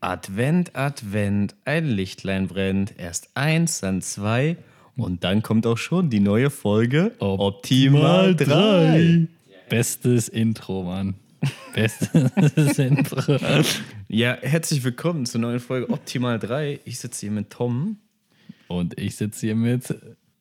Advent, Advent, ein Lichtlein brennt. Erst 1, dann 2 und dann kommt auch schon die neue Folge Optimal 3. Bestes Intro, Mann. Bestes Intro. Ja, herzlich willkommen zur neuen Folge Optimal 3. Ich sitze hier mit Tom. Und ich sitze hier mit...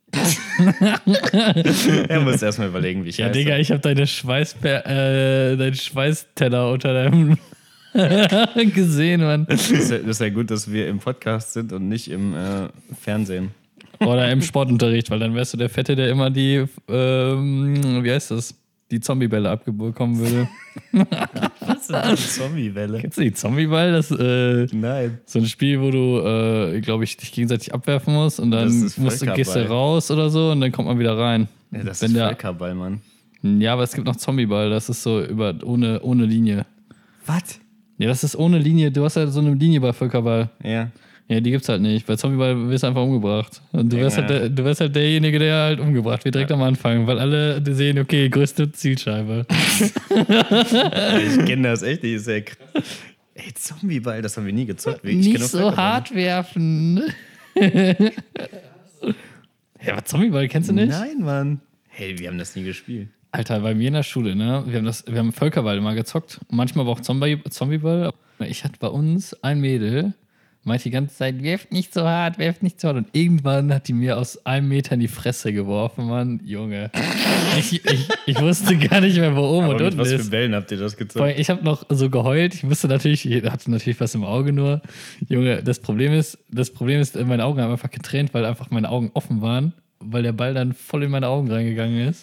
Er muss erstmal überlegen, wie ich heiße. Ja, Digga, ich habe deinen Schweißteller unter deinem... gesehen, Mann. Das ist ja gut, dass wir im Podcast sind und nicht im Fernsehen. Oder im Sportunterricht, weil dann wärst du der Fette, der immer die, wie heißt das? Die Zombiebälle abbekommen würde. Was ist eine Zombiewelle? Kennst du die Zombieball? Das Nein. so ein Spiel, wo du, glaube ich, dich gegenseitig abwerfen musst und dann gehst du raus oder so und dann kommt man wieder rein. Ja, das ist Völkerball, Mann. Ja, aber es gibt noch Zombieball, das ist so ohne Linie. Was? Ja, das ist ohne Linie. Du hast ja so eine Linie bei Völkerball. Ja. Ja, die gibt's halt nicht. Bei Zombieball wirst du einfach umgebracht. Und du wärst halt derjenige, der halt umgebracht wird, direkt am Anfang, weil alle sehen, okay, größte Zielscheibe. Ich kenne das echt nicht, ist ja krass. Ey, Zombieball, das haben wir nie gezockt. Nicht so hart werfen. Ja, aber Zombieball kennst du nicht? Nein, Mann. Hey, wir haben das nie gespielt. Alter, bei mir in der Schule, ne? Wir haben Völkerball immer gezockt. Manchmal aber auch Zombieball. Ich hatte bei uns ein Mädel, meinte die ganze Zeit, werft nicht so hart. Und irgendwann hat die mir aus 1 Meter in die Fresse geworfen, Mann. Junge. Ich wusste gar nicht mehr, wo oben aber und unten ist. Was für Bällen habt ihr das gezockt? Ich habe noch so geheult. Ich hatte natürlich was im Auge nur. Junge, das Problem ist, meine Augen haben einfach getränt, weil einfach meine Augen offen waren, weil der Ball dann voll in meine Augen reingegangen ist.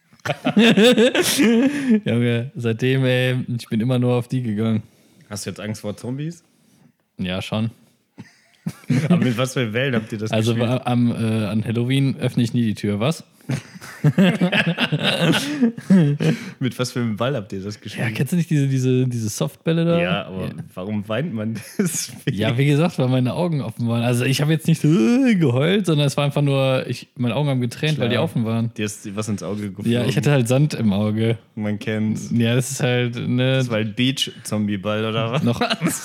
Junge, seitdem, ich bin immer nur auf die gegangen. Hast du jetzt Angst vor Zombies? Ja, schon. Aber mit was für Wellen habt ihr das gespielt? Also an Halloween öffne ich nie die Tür, was? Mit was für einem Ball habt ihr das gespielt? Ja, kennst du nicht diese Softbälle da? Ja, aber warum weint man deswegen? Ja, wie gesagt, weil meine Augen offen waren. Also ich habe jetzt nicht so geheult, sondern es war einfach nur, meine Augen haben getränt, weil die offen waren. Dir ist was ins Auge geflogen. Ja, ich hatte halt Sand im Auge. Man kennt's. Ja, das ist halt, ne. Das war halt Beach-Zombie-Ball, oder was? Noch.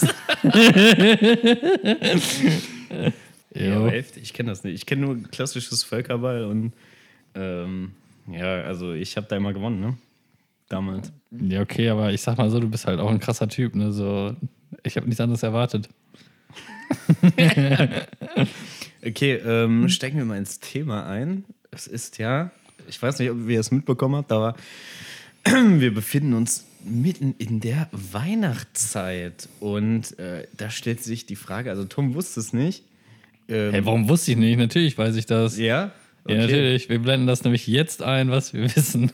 Ja, aber heftig. Ich kenne das nicht. Ich kenne nur klassisches Völkerball und ja, also ich habe da immer gewonnen, ne? Damals. Ja, okay, aber ich sag mal so, du bist halt auch ein krasser Typ, ne? So, ich habe nichts anderes erwartet. Okay, steigen wir mal ins Thema ein. Es ist ja, ich weiß nicht, ob ihr es mitbekommen habt, aber wir befinden uns mitten in der Weihnachtszeit und da stellt sich die Frage, also Tom wusste es nicht. Hey, warum wusste ich nicht? Natürlich weiß ich das. Ja? Okay. Ja, natürlich. Wir blenden das nämlich jetzt ein, was wir wissen.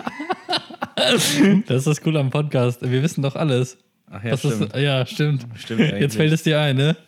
Das ist das Coole am Podcast. Wir wissen doch alles. Ach ja, stimmt. Ja, stimmt. Stimmt eigentlich. Jetzt fällt es dir ein, ne?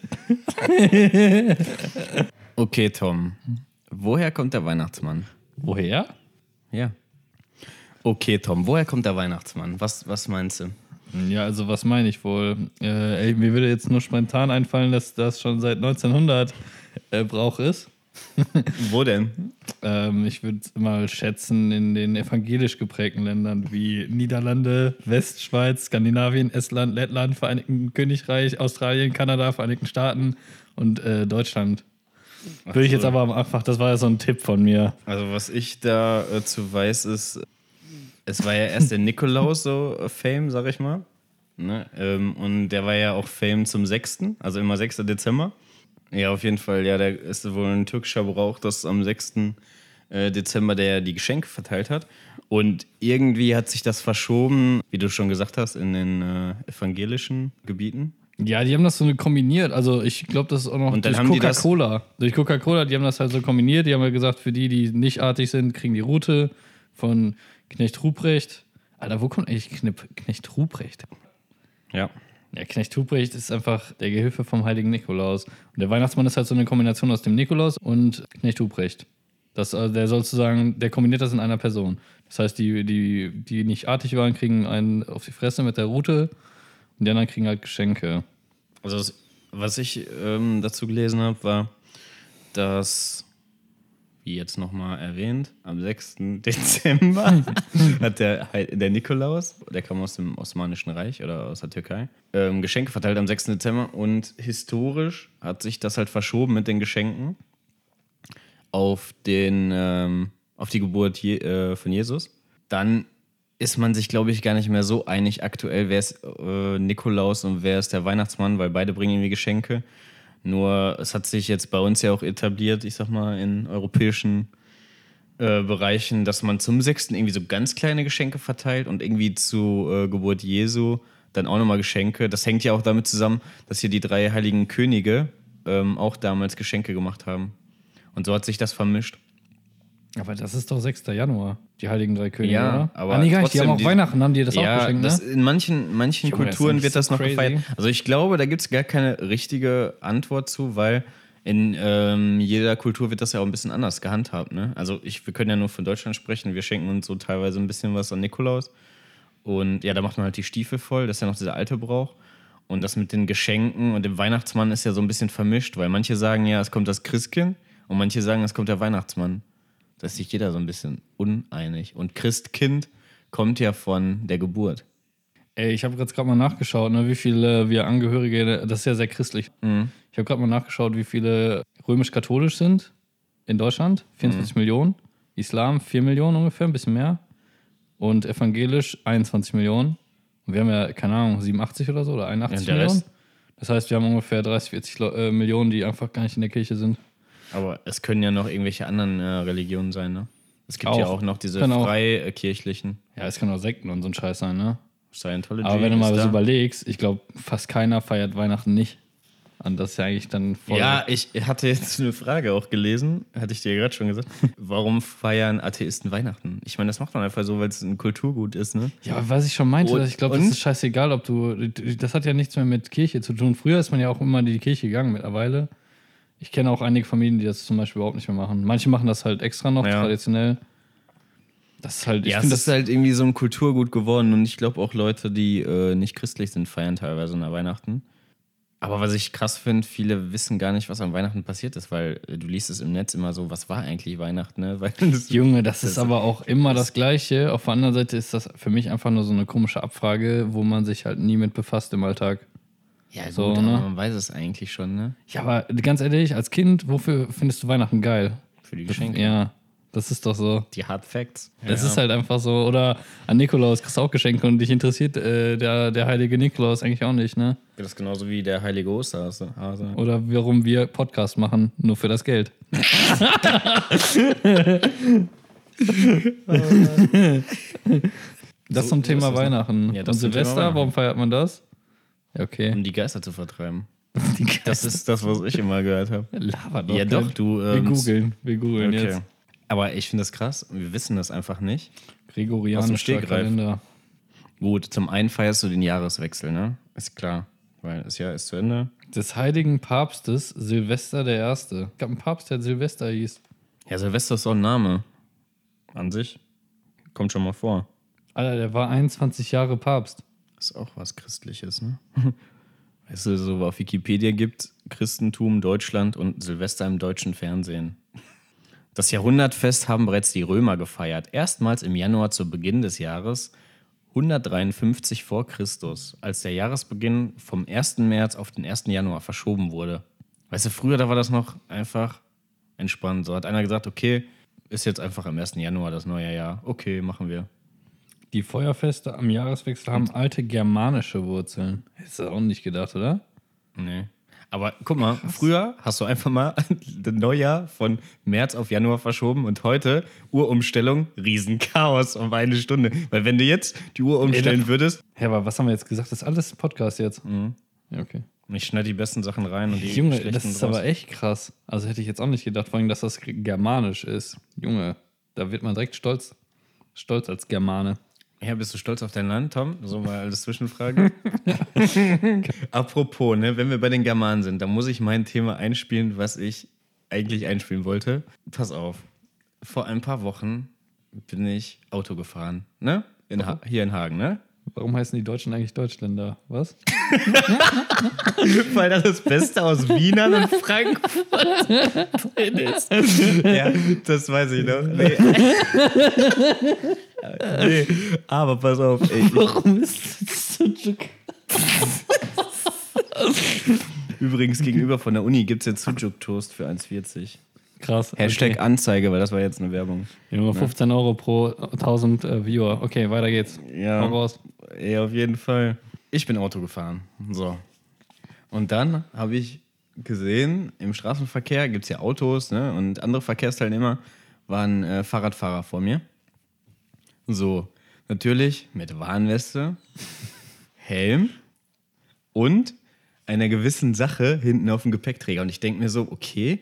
Okay, Tom. Woher kommt der Weihnachtsmann? Woher? Ja. Okay, Tom. Woher kommt der Weihnachtsmann? Was meinst du? Ja, also was meine ich wohl? Mir würde jetzt nur spontan einfallen, dass das schon seit 1900 Brauch ist. Wo denn? Ich würde mal schätzen, in den evangelisch geprägten Ländern wie Niederlande, Westschweiz, Skandinavien, Estland, Lettland, Vereinigten Königreich, Australien, Kanada, Vereinigten Staaten und Deutschland. Würde ich jetzt aber einfach, das war ja so ein Tipp von mir. Also was ich dazu weiß ist, es war ja erst der Nikolaus so Fame, sag ich mal. Ne? Und der war ja auch Fame zum 6., also immer 6. Dezember. Ja, auf jeden Fall. Ja, der ist wohl ein türkischer Brauch, dass am 6. Dezember der die Geschenke verteilt hat. Und irgendwie hat sich das verschoben, wie du schon gesagt hast, in den evangelischen Gebieten. Ja, die haben das so kombiniert. Also ich glaube, das ist auch noch durch Coca-Cola. Durch Coca-Cola, die haben das halt so kombiniert. Die haben ja gesagt, für die nicht artig sind, kriegen die Route von Knecht Ruprecht. Alter, wo kommt eigentlich Knecht Ruprecht? Ja. Ja, Knecht Ruprecht ist einfach der Gehilfe vom heiligen Nikolaus. Und der Weihnachtsmann ist halt so eine Kombination aus dem Nikolaus und Knecht Ruprecht. Der sozusagen, der kombiniert das in einer Person. Das heißt, die nicht artig waren, kriegen einen auf die Fresse mit der Rute und die anderen kriegen halt Geschenke. Also was ich dazu gelesen habe, war, dass wie jetzt nochmal erwähnt, am 6. Dezember hat der Nikolaus, der kam aus dem Osmanischen Reich oder aus der Türkei, Geschenke verteilt am 6. Dezember und historisch hat sich das halt verschoben mit den Geschenken auf die Geburt von Jesus. Dann ist man sich, glaube ich, gar nicht mehr so einig aktuell, wer ist Nikolaus und wer ist der Weihnachtsmann, weil beide bringen irgendwie Geschenke. Nur es hat sich jetzt bei uns ja auch etabliert, ich sag mal, in europäischen Bereichen, dass man zum 6. irgendwie so ganz kleine Geschenke verteilt und irgendwie zu Geburt Jesu dann auch nochmal Geschenke. Das hängt ja auch damit zusammen, dass hier die 3 heiligen Könige auch damals Geschenke gemacht haben. Und so hat sich das vermischt. Aber das ist doch 6. Januar, die Heiligen 3 Könige, Ja, oder? aber nee, gar nicht, die trotzdem, haben auch Weihnachten, haben die das auch Ja, geschenkt, ne? in manchen Junge, Kulturen das wird ist das so noch crazy. gefeiert. Also ich glaube, da gibt es gar keine richtige Antwort zu, weil in jeder Kultur wird das ja auch ein bisschen anders gehandhabt. Ne? Also wir können ja nur von Deutschland sprechen. Wir schenken uns so teilweise ein bisschen was an Nikolaus. Und ja, da macht man halt die Stiefel voll. Das ist ja noch dieser alte Brauch. Und das mit den Geschenken und dem Weihnachtsmann ist ja so ein bisschen vermischt, weil manche sagen ja, es kommt das Christkind und manche sagen, es kommt der Weihnachtsmann. Da ist sich jeder so ein bisschen uneinig. Und Christkind kommt ja von der Geburt. Ey, ich habe gerade mal nachgeschaut, ne, wie viele wir Angehörige, das ist ja sehr christlich. Ich habe gerade mal nachgeschaut, wie viele römisch-katholisch sind in Deutschland. 24 Millionen. Islam 4 Millionen ungefähr, ein bisschen mehr. Und evangelisch 21 Millionen. Und wir haben ja, keine Ahnung, 87 oder so oder 81 der Millionen. Rest? Das heißt, wir haben ungefähr 30, 40 Millionen, die einfach gar nicht in der Kirche sind. Aber es können ja noch irgendwelche anderen Religionen sein, ne? Es gibt Auch. ja auch noch diese Kann auch. freikirchlichen. Ja, es kann auch Sekten und so ein Scheiß sein, ne? Scientology. Aber wenn du mal ist so da. überlegst, ich glaube, fast keiner feiert Weihnachten nicht. Und das ist ja eigentlich dann voll. Ja, ich hatte jetzt eine Frage auch gelesen, hatte ich dir gerade schon gesagt. Warum feiern Atheisten Weihnachten? Ich meine, das macht man einfach so, weil es ein Kulturgut ist, ne? Ja, aber was ich schon meinte, Und- ich glaube, das und? ist scheißegal, ob das hat ja nichts mehr mit Kirche zu tun. Früher ist man ja auch immer in die Kirche gegangen, mittlerweile. Ich kenne auch einige Familien, die das zum Beispiel überhaupt nicht mehr machen. Manche machen das halt extra noch, Ja. traditionell. Das ist halt, ich Ja, finde es das ist halt irgendwie so ein Kulturgut geworden und ich glaube auch Leute, die nicht christlich sind, feiern teilweise nach Weihnachten. Aber was ich krass finde, viele wissen gar nicht, was an Weihnachten passiert ist, weil du liest es im Netz immer so, was war eigentlich Weihnachten, ne? Weil Junge, das ist aber auch immer das Gleiche. Auf der anderen Seite ist das für mich einfach nur so eine komische Abfrage, wo man sich halt nie mit befasst im Alltag. ja, gut, So, aber ne? man weiß es eigentlich schon, ne? Ja, aber ganz ehrlich, als Kind, wofür findest du Weihnachten geil? Für die Geschenke. Ja, das ist doch so. Die Hard Facts. Das ist halt einfach so. Oder an Nikolaus kriegst du auch Geschenke und dich interessiert der heilige Nikolaus eigentlich auch nicht, ne? Das ist genauso wie der heilige Osterhase. Oder warum wir Podcast machen, nur für das Geld. Das zum So Thema ist es, ne? Weihnachten. Ja, das und zum Thema Silvester, Weihnachten. warum feiert man das? Ja, okay. Um die Geister zu vertreiben. Die Geister. Das ist das, was ich immer gehört habe. Laber doch. Ja, kein- doch, du. Wir googeln Okay. jetzt. Aber ich finde das krass. Wir wissen das einfach nicht. Aus dem Gregorianischer Stegreif. Kalender. Gut, zum einen feierst du den Jahreswechsel, ne? Ist klar. Weil das Jahr ist zu Ende. Des heiligen Papstes Silvester der Erste. Es gab einen Papst, der Silvester hieß. Ja, Silvester ist auch ein Name. An sich. Kommt schon mal vor. Alter, der war 21 Jahre Papst. Ist auch was Christliches, ne? Weißt du, so auf Wikipedia gibt Christentum, Deutschland und Silvester im deutschen Fernsehen. Das Jahrhundertfest haben bereits die Römer gefeiert. Erstmals im Januar zu Beginn des Jahres 153 vor Christus, als der Jahresbeginn vom 1. März auf den 1. Januar verschoben wurde. Weißt du, früher, da war das noch einfach entspannt. So hat einer gesagt, okay, ist jetzt einfach am 1. Januar das neue Jahr. Okay, machen wir. Die Feuerfeste am Jahreswechsel haben alte germanische Wurzeln. Hättest du auch nicht gedacht, oder? Nee. Aber guck mal, früher hast du einfach mal das Neujahr von März auf Januar verschoben und heute Uhrumstellung, Riesenchaos um eine Stunde. Weil wenn du jetzt die Uhr umstellen würdest, Ja, aber was haben wir jetzt gesagt? Das ist alles Podcast jetzt. Ja, okay. ich schneide die besten Sachen rein und die Junge, schlechten das ist raus. aber echt krass. Also hätte ich jetzt auch nicht gedacht, vor allem, dass das germanisch ist. Junge, da wird man direkt stolz. Stolz als Germane. Ja, bist du stolz auf dein Land, Tom? So mal als Zwischenfrage. Apropos, ne, wenn wir bei den Germanen sind, dann muss ich mein Thema einspielen, was ich eigentlich einspielen wollte. Pass auf. Vor ein paar Wochen bin ich Auto gefahren, ne? Hier in Hagen, ne? Warum heißen die Deutschen eigentlich Deutschländer? Was? Weil das Beste aus Wienern und Frankfurt drin ist. Ja, das weiß ich noch. Nee. Nee, aber pass auf. Ey, Warum ist das Sucuk? Übrigens, gegenüber von der Uni gibt es jetzt Sucuk-Toast für 1,40. Krass. Hashtag okay. Anzeige, weil das war jetzt eine Werbung. Junge, 15 Euro pro 1000 Viewer. Okay, weiter geht's. Ja, Hau raus. ja, auf jeden Fall. Ich bin Auto gefahren. So. Und dann habe ich gesehen, im Straßenverkehr gibt es ja Autos, ne? Und andere Verkehrsteilnehmer waren Fahrradfahrer vor mir. So, natürlich mit Warnweste, Helm und einer gewissen Sache hinten auf dem Gepäckträger. Und ich denke mir so, okay,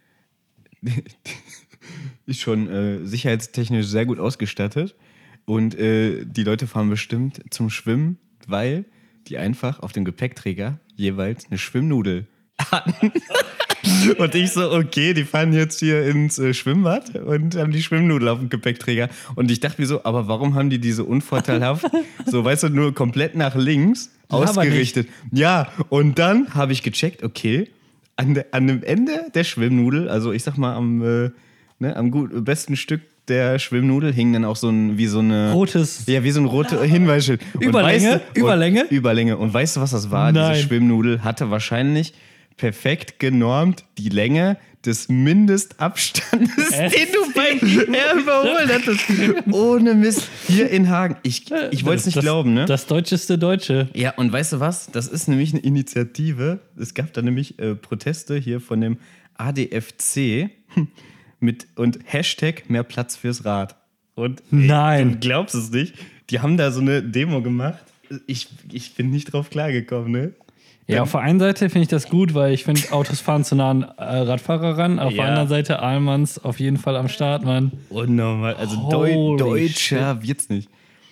ist schon sicherheitstechnisch sehr gut ausgestattet. Und die Leute fahren bestimmt zum Schwimmen, weil die einfach auf dem Gepäckträger jeweils eine Schwimmnudel hatten. Und ich so, okay, die fahren jetzt hier ins Schwimmbad und haben die Schwimmnudel auf dem Gepäckträger. Und ich dachte mir so, aber warum haben die diese unvorteilhaft, so weißt du, nur komplett nach links ausgerichtet? Ja, und dann habe ich gecheckt, okay, an dem Ende der Schwimmnudel, also ich sag mal am besten Stück der Schwimmnudel hing dann auch so ein, wie so eine... Rotes. Ja, wie so ein rotes Hinweisschild. Und Überlänge? Überlänge? Überlänge. Und weißt du, was das war? Nein. Diese Schwimmnudel hatte wahrscheinlich perfekt genormt die Länge des Mindestabstandes, den du beim Überholen hattest. Ohne Mist. Hier in Hagen. Ich wollte es nicht glauben, ne? Das deutscheste Deutsche. Ja, und weißt du was? Das ist nämlich eine Initiative. Es gab da nämlich Proteste hier von dem ADFC und Hashtag mehr Platz fürs Rad. Und Nein. du glaubst es nicht. Die haben da so eine Demo gemacht. Ich bin nicht drauf klargekommen, ne? Ja, auf der einen Seite finde ich das gut, weil ich finde, Autos fahren zu nah an Radfahrer ran. Auf der anderen Seite, Ahlmanns auf jeden Fall am Start, Mann. Unnormal. Also Holy Deutscher wird's nicht.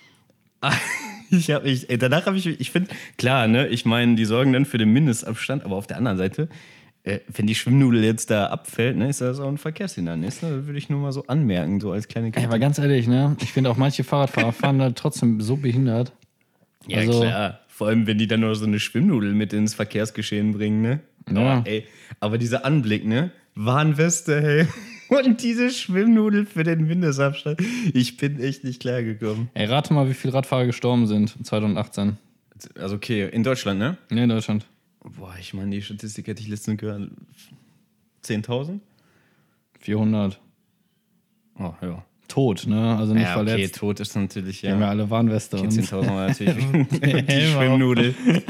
Danach habe ich finde, klar, ne, ich meine, die sorgen dann für den Mindestabstand, aber auf der anderen Seite, wenn die Schwimmnudel jetzt da abfällt, ne, ist das auch ein Verkehrshindernis. Ne? Das würde ich nur mal so anmerken, so als kleine Ja, aber ganz ehrlich, ne? Ich finde auch manche Fahrradfahrer fahren da trotzdem so behindert. Ja, Also, klar. Vor allem, wenn die dann noch so eine Schwimmnudel mit ins Verkehrsgeschehen bringen, ne? Ja. Oh, ey. Aber dieser Anblick, ne? Warnweste, hey. Und diese Schwimmnudel für den Mindestabstand. Ich bin echt nicht klargekommen. Ey, rate mal, wie viele Radfahrer gestorben sind 2018. Also okay, in Deutschland, ne? Ne, in Deutschland. Boah, ich meine, die Statistik hätte ich letztens gehört. 10.000? 400. Oh, ja. Tot, ne? Also nicht Ja, okay, verletzt. tot ist natürlich, Die haben ja ja. alle Warnweste. Okay, Und 10.000 war natürlich die Helm auf. Schwimmnudel.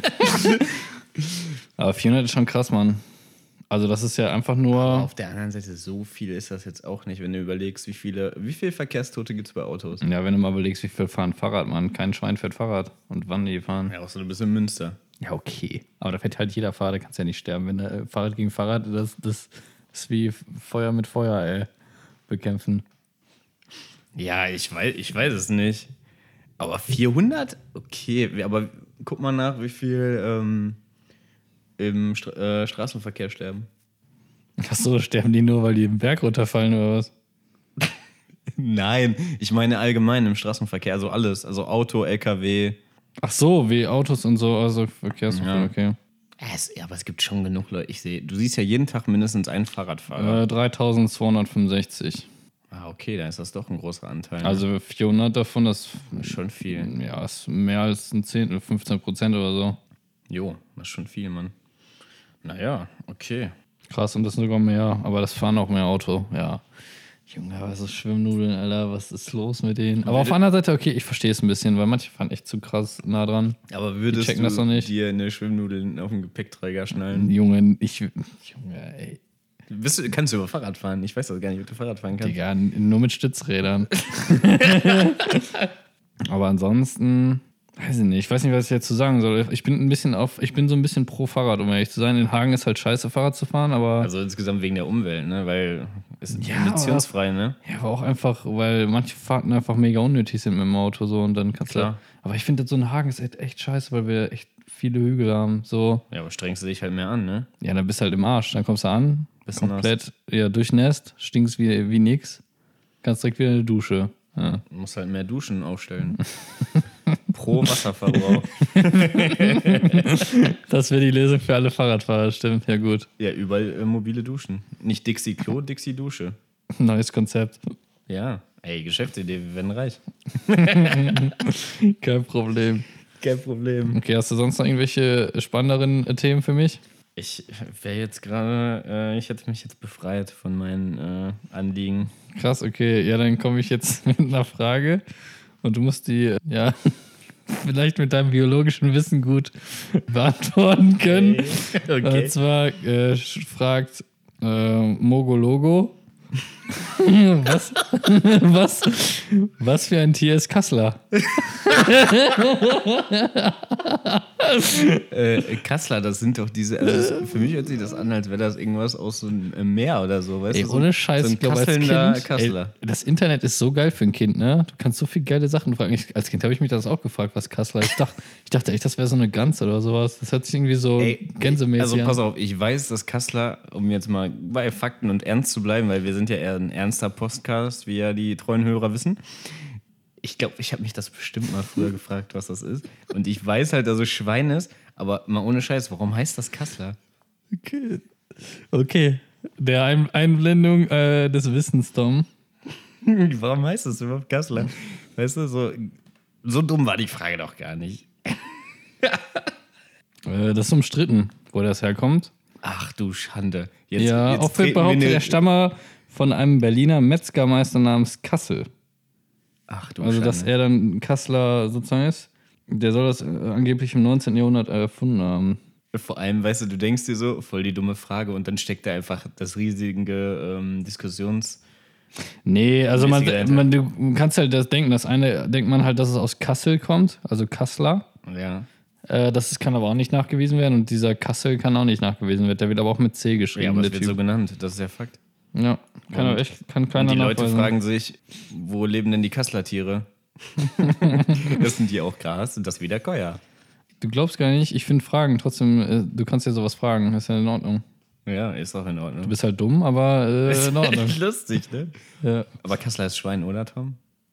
aber 400 ist schon krass, Mann. Also das ist ja einfach nur... Auf der anderen Seite, so viel ist das jetzt auch nicht, wenn du überlegst, wie viele Verkehrstote gibt es bei Autos? Ja, wenn du mal überlegst, wie viel fahren Fahrrad, Mann. Kein Schwein fährt Fahrrad. Und wann die fahren. Ja, auch so ein bisschen Münster. Ja, okay. Aber da fährt halt jeder Fahrrad, da kannst du ja nicht sterben. Wenn der Fahrrad gegen Fahrrad, das ist wie Feuer mit Feuer, ey. Bekämpfen. Ja, ich weiß es nicht. Aber 400? Okay, aber guck mal nach, wie viel im Straßenverkehr sterben. Achso, sterben die nur, weil die im Berg runterfallen oder was? Nein, ich meine allgemein im Straßenverkehr, also alles. Also Auto, LKW. Ach so, wie Autos und so, also Verkehrsverkehr, Ja. okay. Ja, aber es gibt schon genug Leute. Du siehst ja jeden Tag mindestens einen Fahrradfahrer. 3265. Ah, okay, da ist das doch ein großer Anteil. ne? Also 400 davon, das ist schon viel. ja, ist mehr als ein 10 oder 15% oder so. Jo, das ist schon viel, Mann. Naja, okay. Krass, und das sogar mehr, aber das fahren auch mehr Auto, ja. Junge, was ist Schwimmnudeln, Alter, was ist los mit denen? Aber auf der anderen Seite, okay, ich verstehe es ein bisschen, weil manche fahren echt zu krass nah dran. Aber würdest checken das noch du nicht. dir eine Schwimmnudel auf den Gepäckträger schnallen? Junge, ey, Kannst du über Fahrrad fahren? Ich weiß das gar nicht, ob du Fahrrad fahren kannst. Digga, nur mit Stützrädern. Aber ansonsten, weiß ich weiß nicht, was ich jetzt zu sagen soll. Ich bin so ein bisschen pro Fahrrad, um ehrlich zu sein. In Hagen ist halt scheiße, Fahrrad zu fahren, aber. Also insgesamt wegen der Umwelt, ne? Weil es ist Ja, emissionsfrei, ne? Ja, aber auch einfach, weil manche Fahrten einfach mega unnötig sind mit dem Auto so und dann kannst Klar. du. Aber ich finde, so ein Hagen ist echt scheiße, weil wir echt viele Hügel haben. So, Ja, aber strengst du dich halt mehr an, ne? ja, dann bist du halt im Arsch. Dann kommst du an, Bisschen komplett durchnässt, stinkst wie nix, kannst direkt wieder in die Dusche. Ja. Du musst halt mehr Duschen aufstellen. pro Wasserverbrauch. Das wäre die Lösung für alle Fahrradfahrer, stimmt. Ja, gut. Ja, überall mobile Duschen. Nicht Dixie Klo, Dixie Dusche. Neues Konzept. Ja, ey, Geschäftsidee, wir werden reich. Kein Problem. Kein Problem. Okay, hast du sonst noch irgendwelche spannenderen Themen für mich? Ich wäre jetzt gerade, ich hätte mich jetzt befreit von meinen Anliegen. Krass, okay. Ja, dann komme ich jetzt mit einer Frage und du musst die, ja, vielleicht mit deinem biologischen Wissen gut beantworten können. Okay. Und zwar fragt Mogologo, was für ein Tier ist Kassler? Kassler, das sind doch diese, also für mich hört sich das an, als wäre das irgendwas aus so einem Meer oder so, weißt Ey, du? ohne Scheiß, so ein ich glaube, als kasselnder Kind, Kassler. das Internet ist so geil für ein Kind, ne? Du kannst so viele geile Sachen fragen. Als Kind habe ich mich das auch gefragt, was Kassler ist. Ich dachte echt, das wäre so eine Gans oder sowas. Das hört sich irgendwie so gänsemäßig Also an. pass auf, ich weiß, dass Kassler, um jetzt mal bei Fakten und ernst zu bleiben, weil wir sind ja eher ein ernster Podcast, wie ja die treuen Hörer wissen. Ich glaube, ich habe mich das bestimmt mal früher gefragt, was das ist. Und ich weiß halt, dass es Schwein ist, aber mal ohne Scheiß, warum heißt das Kassler? Okay. Der Einblendung des Wissens, Tom. Warum heißt das überhaupt Kassler? Weißt du, so dumm war die Frage doch gar nicht. Das ist umstritten, wo das herkommt. Ach du Schande. Oft wird behauptet, der Stammer von einem Berliner Metzgermeister namens Kassel. Ach du Also, Schande. dass er dann Kassler sozusagen ist. Der soll das angeblich im 19. Jahrhundert erfunden haben. Vor allem, weißt du, du denkst dir so, voll die dumme Frage und dann steckt da einfach das riesige Diskussions... Nee, also Mäßige du kannst halt das denken. Das eine denkt man halt, dass es aus Kassel kommt, also Kassler. Ja. Das kann aber auch nicht nachgewiesen werden und dieser Kassel kann auch nicht nachgewiesen werden. Der wird aber auch mit C geschrieben. Ja, aber es der wird Typ. so genannt, das ist ja Fakt. Ja, kann keiner Und die Leute nachweisen. fragen sich, wo leben denn die Kassler-Tiere? Das sind die auch Gras und das wieder Keuer. Du glaubst gar nicht, ich finde Fragen trotzdem, du kannst ja sowas fragen, ist ja in Ordnung. Ja, ist auch in Ordnung. Du bist halt dumm, aber ist in Ordnung. echt lustig, ne? Ja. Aber Kassler ist Schwein, oder Tom?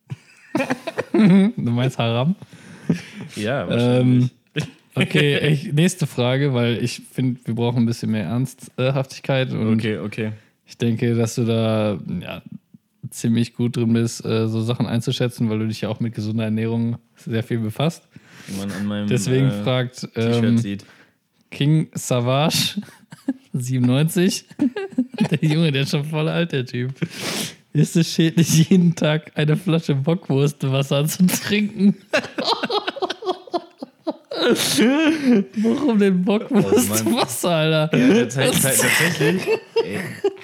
Du meinst Haram? Ja, wahrscheinlich. Okay, nächste Frage, weil ich finde, wir brauchen ein bisschen mehr Ernsthaftigkeit. Und Okay. ich denke, dass du da ziemlich gut drin bist, so Sachen einzuschätzen, weil du dich ja auch mit gesunder Ernährung sehr viel befasst. Wie man an meinem Deswegen fragt T-Shirt sieht. King Savage 97, der Junge, der ist schon voll alt, der Typ. Ist es schädlich, jeden Tag eine Flasche Bockwurstwasser zu trinken? Warum denn Bockwurstwasser, Alter? Ja, tatsächlich. Ey,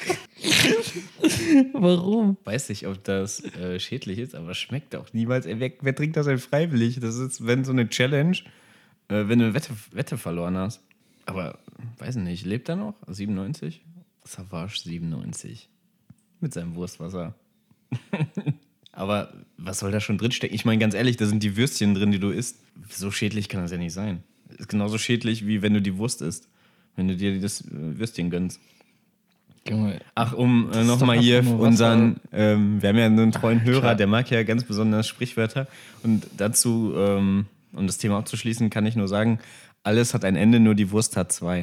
Warum? weiß nicht, ob das schädlich ist, aber schmeckt auch niemals. Ey, wer trinkt das denn freiwillig? Das ist, wenn so eine Challenge, wenn du eine Wette verloren hast. Aber, weiß nicht, lebt er noch? 97? Savage 97. Mit seinem Wurstwasser. Aber was soll da schon drinstecken? Ich meine, ganz ehrlich, da sind die Würstchen drin, die du isst. So schädlich kann das ja nicht sein. Ist genauso schädlich, wie wenn du die Wurst isst. Wenn du dir das Würstchen gönnst. Junge, Ach, nochmal doch hier einfach nur unseren, wir haben ja einen treuen Hörer, klar. der mag ja ganz besonders Sprichwörter. Und dazu, um das Thema abzuschließen, kann ich nur sagen, alles hat ein Ende, nur die Wurst hat zwei.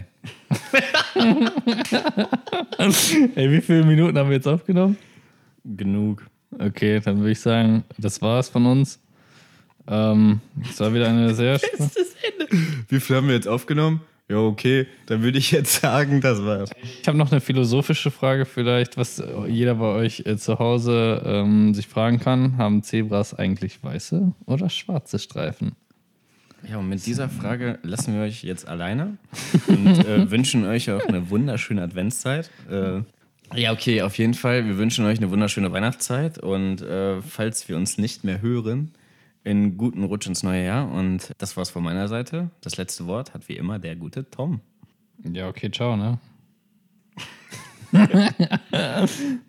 Ey, wie viele Minuten haben wir jetzt aufgenommen? Genug. Okay, dann würde ich sagen, das war's von uns. Es war wieder eine sehr... Das ist das Ende. Wie viel haben wir jetzt aufgenommen? Ja, okay, dann würde ich jetzt sagen, das war's. Ich habe noch eine philosophische Frage vielleicht, was jeder bei euch zu Hause sich fragen kann. Haben Zebras eigentlich weiße oder schwarze Streifen? Ja, und mit dieser Frage lassen wir euch jetzt alleine und wünschen euch auch eine wunderschöne Adventszeit. Ja, okay, auf jeden Fall. Wir wünschen euch eine wunderschöne Weihnachtszeit und falls wir uns nicht mehr hören, einen guten Rutsch ins neue Jahr. Und das war's von meiner Seite. Das letzte Wort hat wie immer der gute Tom. Ja, okay, ciao, ne?